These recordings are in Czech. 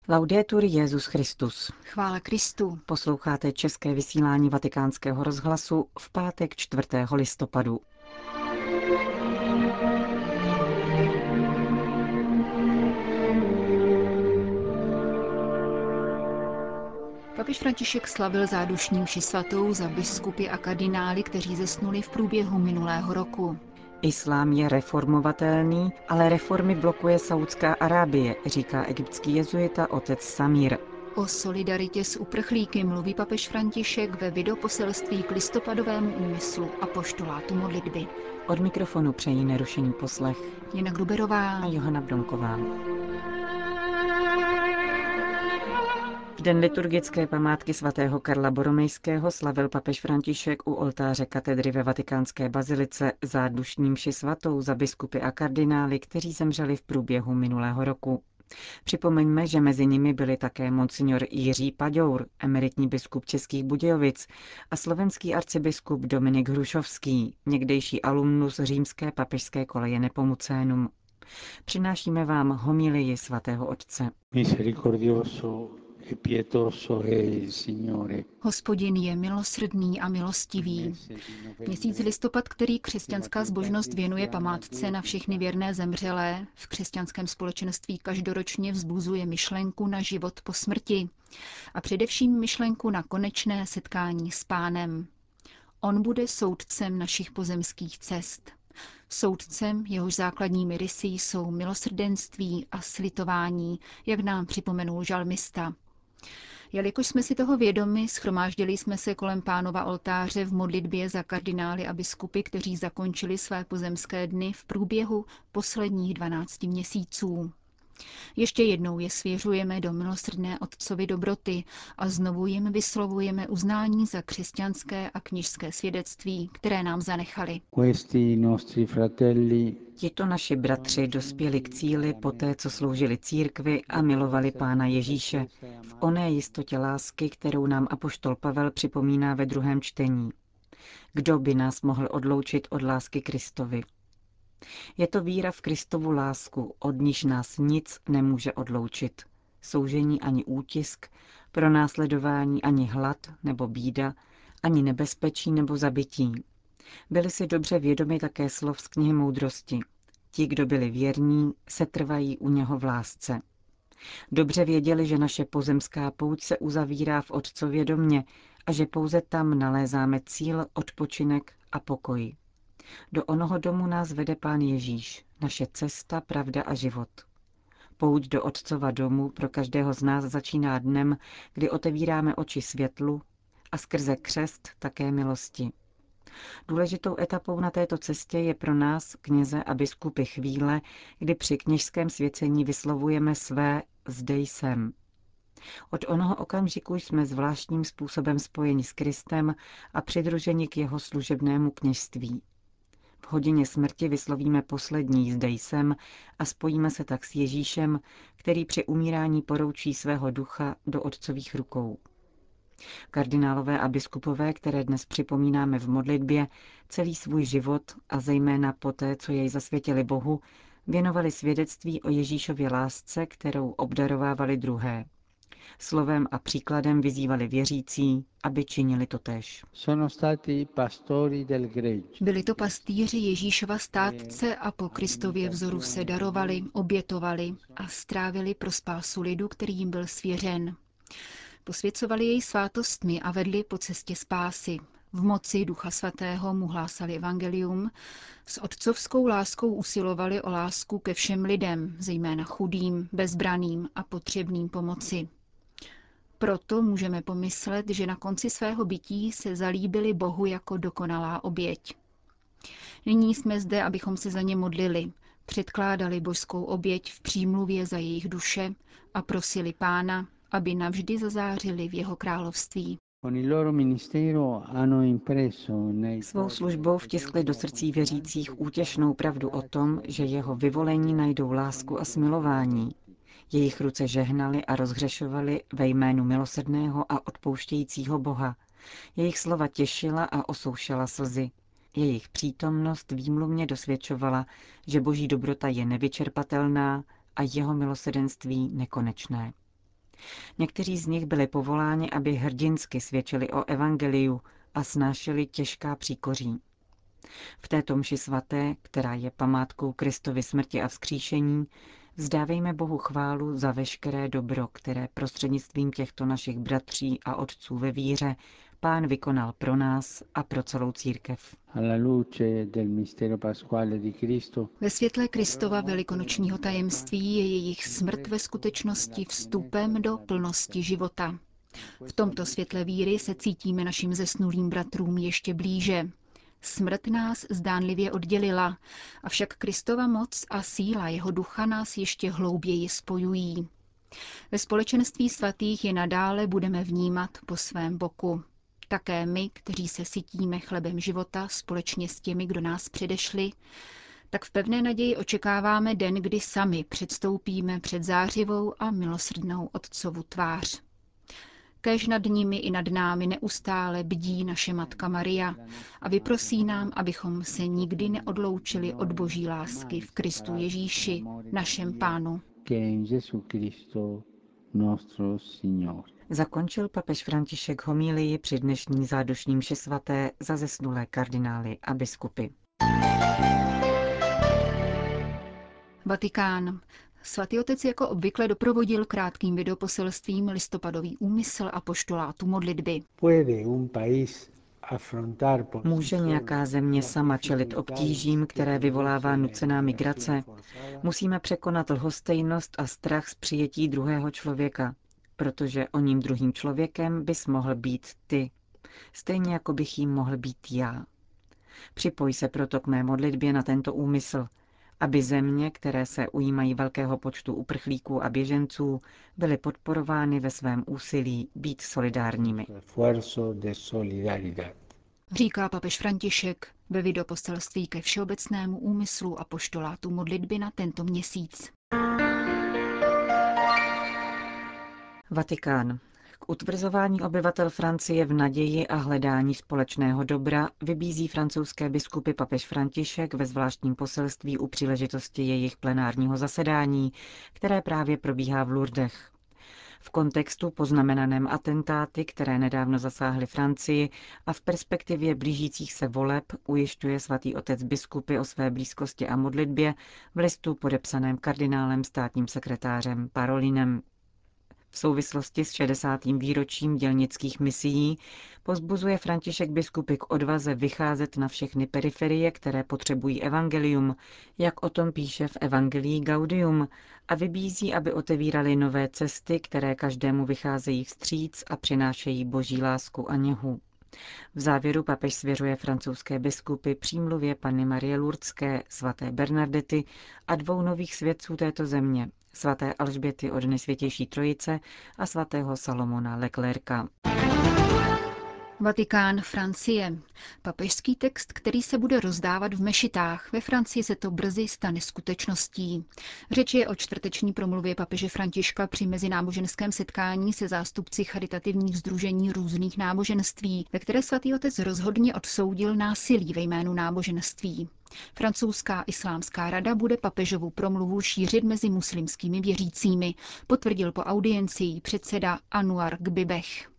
Laudetur Jesus Christus. Chvála Kristu. Posloucháte české vysílání Vatikánského rozhlasu v pátek 4. listopadu. Papež František slavil zádušní mši svatou za biskupy a kardinály, kteří zesnuli v průběhu minulého roku. Islám je reformovatelný, ale reformy blokuje Saúdská Arábie, říká egyptský jezuita otec Samir. O solidaritě s uprchlíky mluví papež František ve videoposelství k listopadovému úmyslu apoštolátu modlitby. Od mikrofonu přejí nerušený poslech Jana Gruberová a Johana Bronková. V den liturgické památky svatého Karla Boromejského slavil papež František u oltáře katedry ve Vatikánské bazilice zádušní mši svatou za biskupy a kardinály, kteří zemřeli v průběhu minulého roku. Připomeňme, že mezi nimi byli také monsignor Jiří Paďour, emeritní biskup Českých Budějovic, a slovenský arcibiskup Dominik Hrušovský, někdejší alumnus římské papežské koleje Nepomucénum. Přinášíme vám homilii svatého otce. Hospodin je milosrdný a milostivý. Měsíc listopad, který křesťanská zbožnost věnuje památce na všechny věrné zemřelé, v křesťanském společenství každoročně vzbuzuje myšlenku na život po smrti a především myšlenku na konečné setkání s Pánem. On bude soudcem našich pozemských cest. Soudcem, jehož základními rysy jsou milosrdenství a slitování, jak nám připomenul žalmista. Jelikož jsme si toho vědomi, shromáždili jsme se kolem Pánova oltáře v modlitbě za kardinály a biskupy, kteří zakončili své pozemské dny v průběhu posledních 12 měsíců. Ještě jednou je svěřujeme do milosrdné Otcovy dobroty a znovu jim vyslovujeme uznání za křesťanské a kněžské svědectví, které nám zanechali. Tito naši bratři dospěli k cíli poté, co sloužili církvi a milovali Pána Ježíše v oné jistotě lásky, kterou nám apoštol Pavel připomíná ve 2. čtení. Kdo by nás mohl odloučit od lásky Kristovi? Je to víra v Kristovu lásku, od níž nás nic nemůže odloučit. Soužení ani útisk, pronásledování ani hlad nebo bída, ani nebezpečí nebo zabití. Byli si dobře vědomi také slov z knihy Moudrosti. Ti, kdo byli věrní, setrvají u něho v lásce. Dobře věděli, že naše pozemská pouť se uzavírá v Otcově domě a že pouze tam nalézáme cíl, odpočinek a pokoj. Do onoho domu nás vede Pán Ježíš, naše cesta, pravda a život. Pouť do Otcova domu pro každého z nás začíná dnem, kdy otevíráme oči světlu a skrze křest také milosti. Důležitou etapou na této cestě je pro nás, kněze a biskupy, chvíle, kdy při kněžském svěcení vyslovujeme své zde jsem. Od onoho okamžiku jsme zvláštním způsobem spojeni s Kristem a přidruženi k jeho služebnému kněžství. V hodině smrti vyslovíme poslední zde jsem a spojíme se tak s Ježíšem, který při umírání poroučí svého ducha do Otcových rukou. Kardinálové a biskupové, které dnes připomínáme v modlitbě, celý svůj život a zejména poté, co jej zasvětili Bohu, věnovali svědectví o Ježíšově lásce, kterou obdarovávali druhé. Slovem a příkladem vyzývali věřící, aby činili totéž. Byli to pastýři Ježíšova státce a po Kristově vzoru se darovali, obětovali a strávili pro spásu lidu, který jim byl svěřen. Posvěcovali jej svátostmi a vedli po cestě spásy. V moci Ducha Svatého mu hlásali evangelium, s otcovskou láskou usilovali o lásku ke všem lidem, zejména chudým, bezbranným a potřebným pomoci. Proto můžeme pomyslet, že na konci svého bytí se zalíbili Bohu jako dokonalá oběť. Nyní jsme zde, abychom se za ně modlili, předkládali božskou oběť v přímluvě za jejich duše a prosili Pána, aby navždy zazářili v jeho království. Svou službou vtiskli do srdcí věřících útěšnou pravdu o tom, že jeho vyvolení najdou lásku a smilování. Jejich ruce žehnali a rozhřešovali ve jménu milosrdného a odpouštějícího Boha. Jejich slova těšila a osoušela slzy. Jejich přítomnost výmluvně dosvědčovala, že boží dobrota je nevyčerpatelná a jeho milosrdenství nekonečné. Někteří z nich byli povoláni, aby hrdinsky svědčili o evangeliu a snášeli těžká příkoří. V této mši svaté, která je památkou Kristovy smrti a vzkříšení, vzdávejme Bohu chválu za veškeré dobro, které prostřednictvím těchto našich bratří a otců ve víře Pán vykonal pro nás a pro celou církev. Ve světle Kristova velikonočního tajemství je jejich smrt ve skutečnosti vstupem do plnosti života. V tomto světle víry se cítíme našim zesnulým bratrům ještě blíže. Smrt nás zdánlivě oddělila, avšak Kristova moc a síla jeho ducha nás ještě hlouběji spojují. Ve společenství svatých je nadále budeme vnímat po svém boku. Také my, kteří se sytíme chlebem života společně s těmi, kdo nás předešli, tak v pevné naději očekáváme den, kdy sami předstoupíme před zářivou a milosrdnou Otcovu tvář. Kéž nad nimi i nad námi neustále bdí naše Matka Maria a vyprosí nám, abychom se nikdy neodloučili od Boží lásky v Kristu Ježíši, našem Pánu. Zakončil papež František homílii při dnešní zádušní mši svaté za zesnulé kardinály a biskupy. Vatikán. Svatý otec jako obvykle doprovodil krátkým videoposelstvím listopadový úmysl apoštolátu modlitby. Může nějaká země sama čelit obtížím, které vyvolává nucená migrace? Musíme překonat lhostejnost a strach z přijetí druhého člověka, protože o ním druhým člověkem bys mohl být ty, stejně jako bych jim mohl být já. Připoj se proto k mé modlitbě na tento úmysl, aby země, které se ujímají velkého počtu uprchlíků a běženců, byly podporovány ve svém úsilí být solidárními. Říká papež František ve videoposelství ke všeobecnému úmyslu apoštolátu modlitby na tento měsíc. Vatikán. K utvrzování obyvatel Francie v naději a hledání společného dobra vybízí francouzské biskupy papež František ve zvláštním poselství u příležitosti jejich plenárního zasedání, které právě probíhá v Lourdech. V kontextu poznamenaném atentáty, které nedávno zasáhly Francii a v perspektivě blížících se voleb, ujišťuje svatý otec biskupy o své blízkosti a modlitbě v listu podepsaném kardinálem státním sekretářem Parolinem. V souvislosti s 60. výročím dělnických misií povzbuzuje František biskupy k odvaze vycházet na všechny periferie, které potřebují evangelium, jak o tom píše v Evangelii Gaudium, a vybízí, aby otevírali nové cesty, které každému vycházejí vstříc a přinášejí boží lásku a něhu. V závěru papež svěřuje francouzské biskupy přímluvě Panny Marie Lourdské, svaté Bernadety a 2 nových svědců této země, svaté Alžběty od Nejsvětější Trojice a svatého Salomona Leclerca. Vatikán, Francie. Papežský text, který se bude rozdávat v mešitách. Ve Francii se to brzy stane skutečností. Řeč je o čtvrteční promluvě papeže Františka při mezináboženském setkání se zástupci charitativních sdružení různých náboženství, ve které svatý otec rozhodně odsoudil násilí ve jménu náboženství. Francouzská islámská rada bude papežovu promluvu šířit mezi muslimskými věřícími, potvrdil po audienci předseda Anouar Gbibech.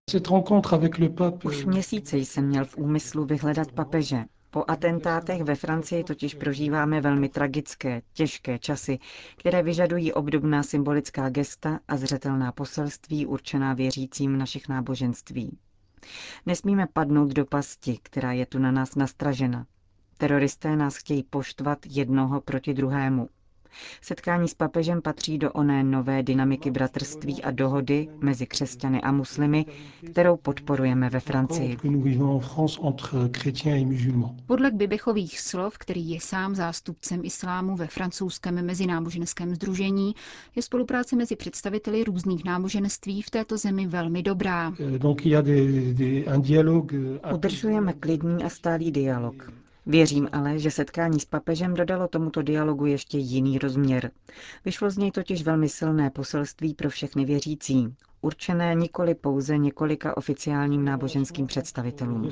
Už měsíce jsem měl v úmyslu vyhledat papeže. Po atentátech ve Francii totiž prožíváme velmi tragické, těžké časy, které vyžadují obdobná symbolická gesta a zřetelná poselství určená věřícím našich náboženství. Nesmíme padnout do pasti, která je tu na nás nastražena. Teroristé nás chtějí poštvat jednoho proti druhému. Setkání s papežem patří do oné nové dynamiky bratrství a dohody mezi křesťany a muslimy, kterou podporujeme ve Francii. Podle Gbibechových slov, který je sám zástupcem islámu ve francouzském mezináboženském sdružení, je spolupráce mezi představiteli různých náboženství v této zemi velmi dobrá. Udržujeme klidný a stálý dialog. Věřím ale, že setkání s papežem dodalo tomuto dialogu ještě jiný rozměr. Vyšlo z něj totiž velmi silné poselství pro všechny věřící. určené nikoli pouze několika oficiálním náboženským představitelům.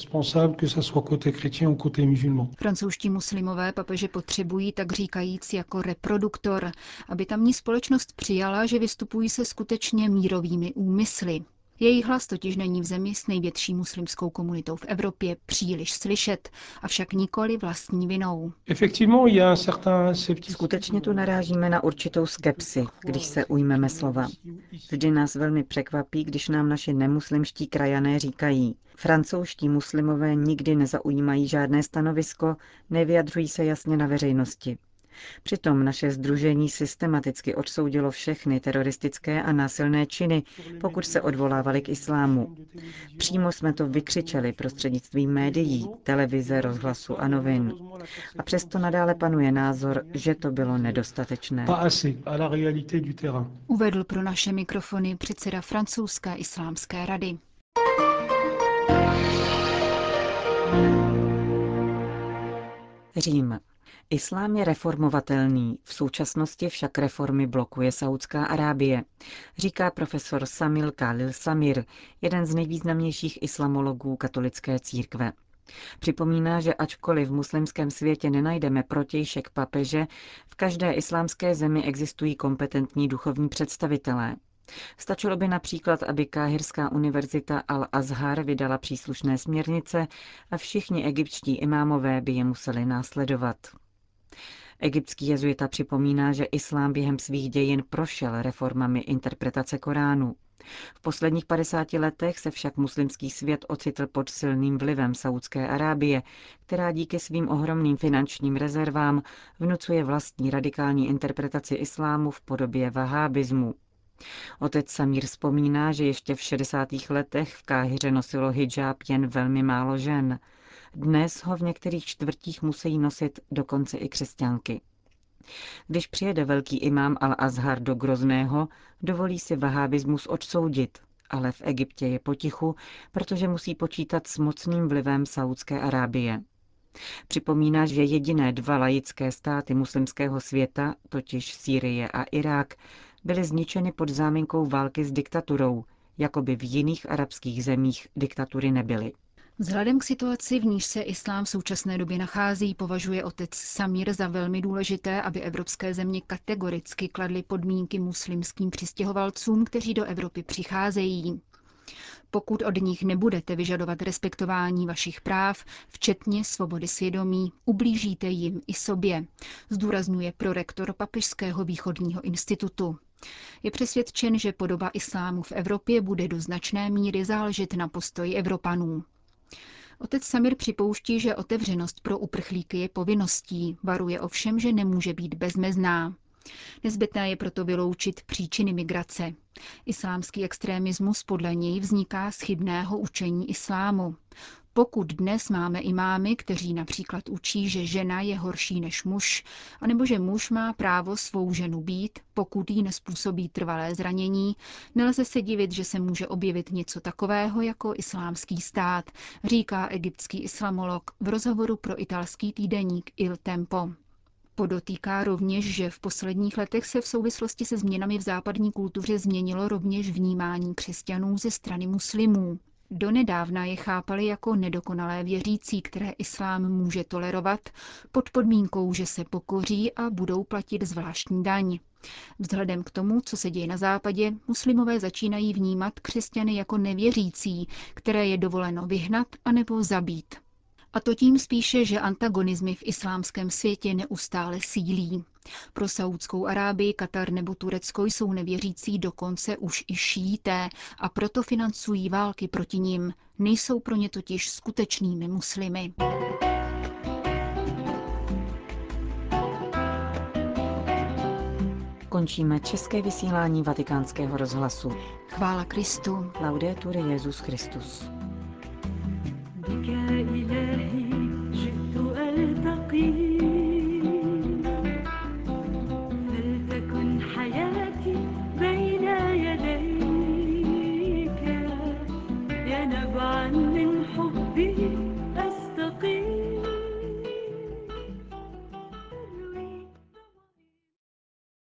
Francouzští muslimové papeže potřebují, tak říkajíc, jako reproduktor, aby tamní společnost přijala, že vystupují se skutečně mírovými úmysly. Jejich hlas totiž není v zemi s největší muslimskou komunitou v Evropě příliš slyšet, avšak nikoli vlastní vinou. Skutečně tu narážíme na určitou skepsi, když se ujmeme slova. Vždy nás velmi překvapí, když nám naši nemuslimští krajané říkají: francouzští muslimové nikdy nezaujímají žádné stanovisko, nevyjadřují se jasně na veřejnosti. Přitom naše sdružení systematicky odsoudilo všechny teroristické a násilné činy, pokud se odvolávali k islámu. Přímo jsme to vykřičeli prostřednictvím médií, televize, rozhlasu a novin. A přesto nadále panuje názor, že to bylo nedostatečné. Uvedl pro naše mikrofony předseda francouzské islámské rady. Řím. Islám je reformovatelný, v současnosti však reformy blokuje Saúdská Arábie, říká profesor Samil Khalil Samir, jeden z nejvýznamnějších islamologů katolické církve. Připomíná, že ačkoliv v muslimském světě nenajdeme protějšek papeže, v každé islámské zemi existují kompetentní duchovní představitelé. Stačilo by například, aby Káhirská univerzita Al-Azhar vydala příslušné směrnice a všichni egyptští imámové by je museli následovat. Egyptský jezuita připomíná, že islám během svých dějin prošel reformami interpretace Koránu. V posledních 50 letech se však muslimský svět ocitl pod silným vlivem Saúdské Arábie, která díky svým ohromným finančním rezervám vnucuje vlastní radikální interpretaci islámu v podobě vahábismu. Otec Samír vzpomíná, že ještě v 60. letech v Káhiře nosilo hidžáb jen velmi málo žen. Dnes ho v některých čtvrtích musí nosit dokonce i křesťanky. Když přijede velký imám Al-Azhar do Grozného, dovolí si vahábismus odsoudit, ale v Egyptě je potichu, protože musí počítat s mocným vlivem Saúdské Arábie. Připomíná, že jediné 2 laické státy muslimského světa, totiž Sýrie a Irák, byly zničeny pod záminkou války s diktaturou, jako by v jiných arabských zemích diktatury nebyly. Vzhledem k situaci, v níž se islám v současné době nachází, považuje otec Samír za velmi důležité, aby evropské země kategoricky kladly podmínky muslimským přistěhovalcům, kteří do Evropy přicházejí. Pokud od nich nebudete vyžadovat respektování vašich práv, včetně svobody svědomí, ublížíte jim i sobě, zdůrazňuje prorektor Papežského východního institutu. Je přesvědčen, že podoba islámu v Evropě bude do značné míry záležet na postoji Evropanů. Otec Samir připouští, že otevřenost pro uprchlíky je povinností, varuje ovšem, že nemůže být bezmezná. Nezbytné je proto vyloučit příčiny migrace. Islámský extrémismus podle něj vzniká z chybného učení islámu. Pokud dnes máme imámy, kteří například učí, že žena je horší než muž, anebo že muž má právo svou ženu bít, pokud jí nezpůsobí trvalé zranění, nelze se divit, že se může objevit něco takového jako islámský stát, říká egyptský islamolog v rozhovoru pro italský týdeník Il Tempo. Podotýká rovněž, že v posledních letech se v souvislosti se změnami v západní kultuře změnilo rovněž vnímání křesťanů ze strany muslimů. Donedávna je chápali jako nedokonalé věřící, které islám může tolerovat, pod podmínkou, že se pokoří a budou platit zvláštní daň. Vzhledem k tomu, co se děje na západě, muslimové začínají vnímat křesťany jako nevěřící, které je dovoleno vyhnat anebo zabít. A to tím spíše, že antagonizmy v islámském světě neustále sílí. Pro Saúdskou Arábii, Katar nebo Turecko jsou nevěřící dokonce už i šíité a proto financují války proti nim. Nejsou pro ně totiž skutečnými muslimy. Končíme české vysílání Vatikánského rozhlasu. Chvála Kristu. Laudetur Jesus Christus. نبعا من حبه أستقيم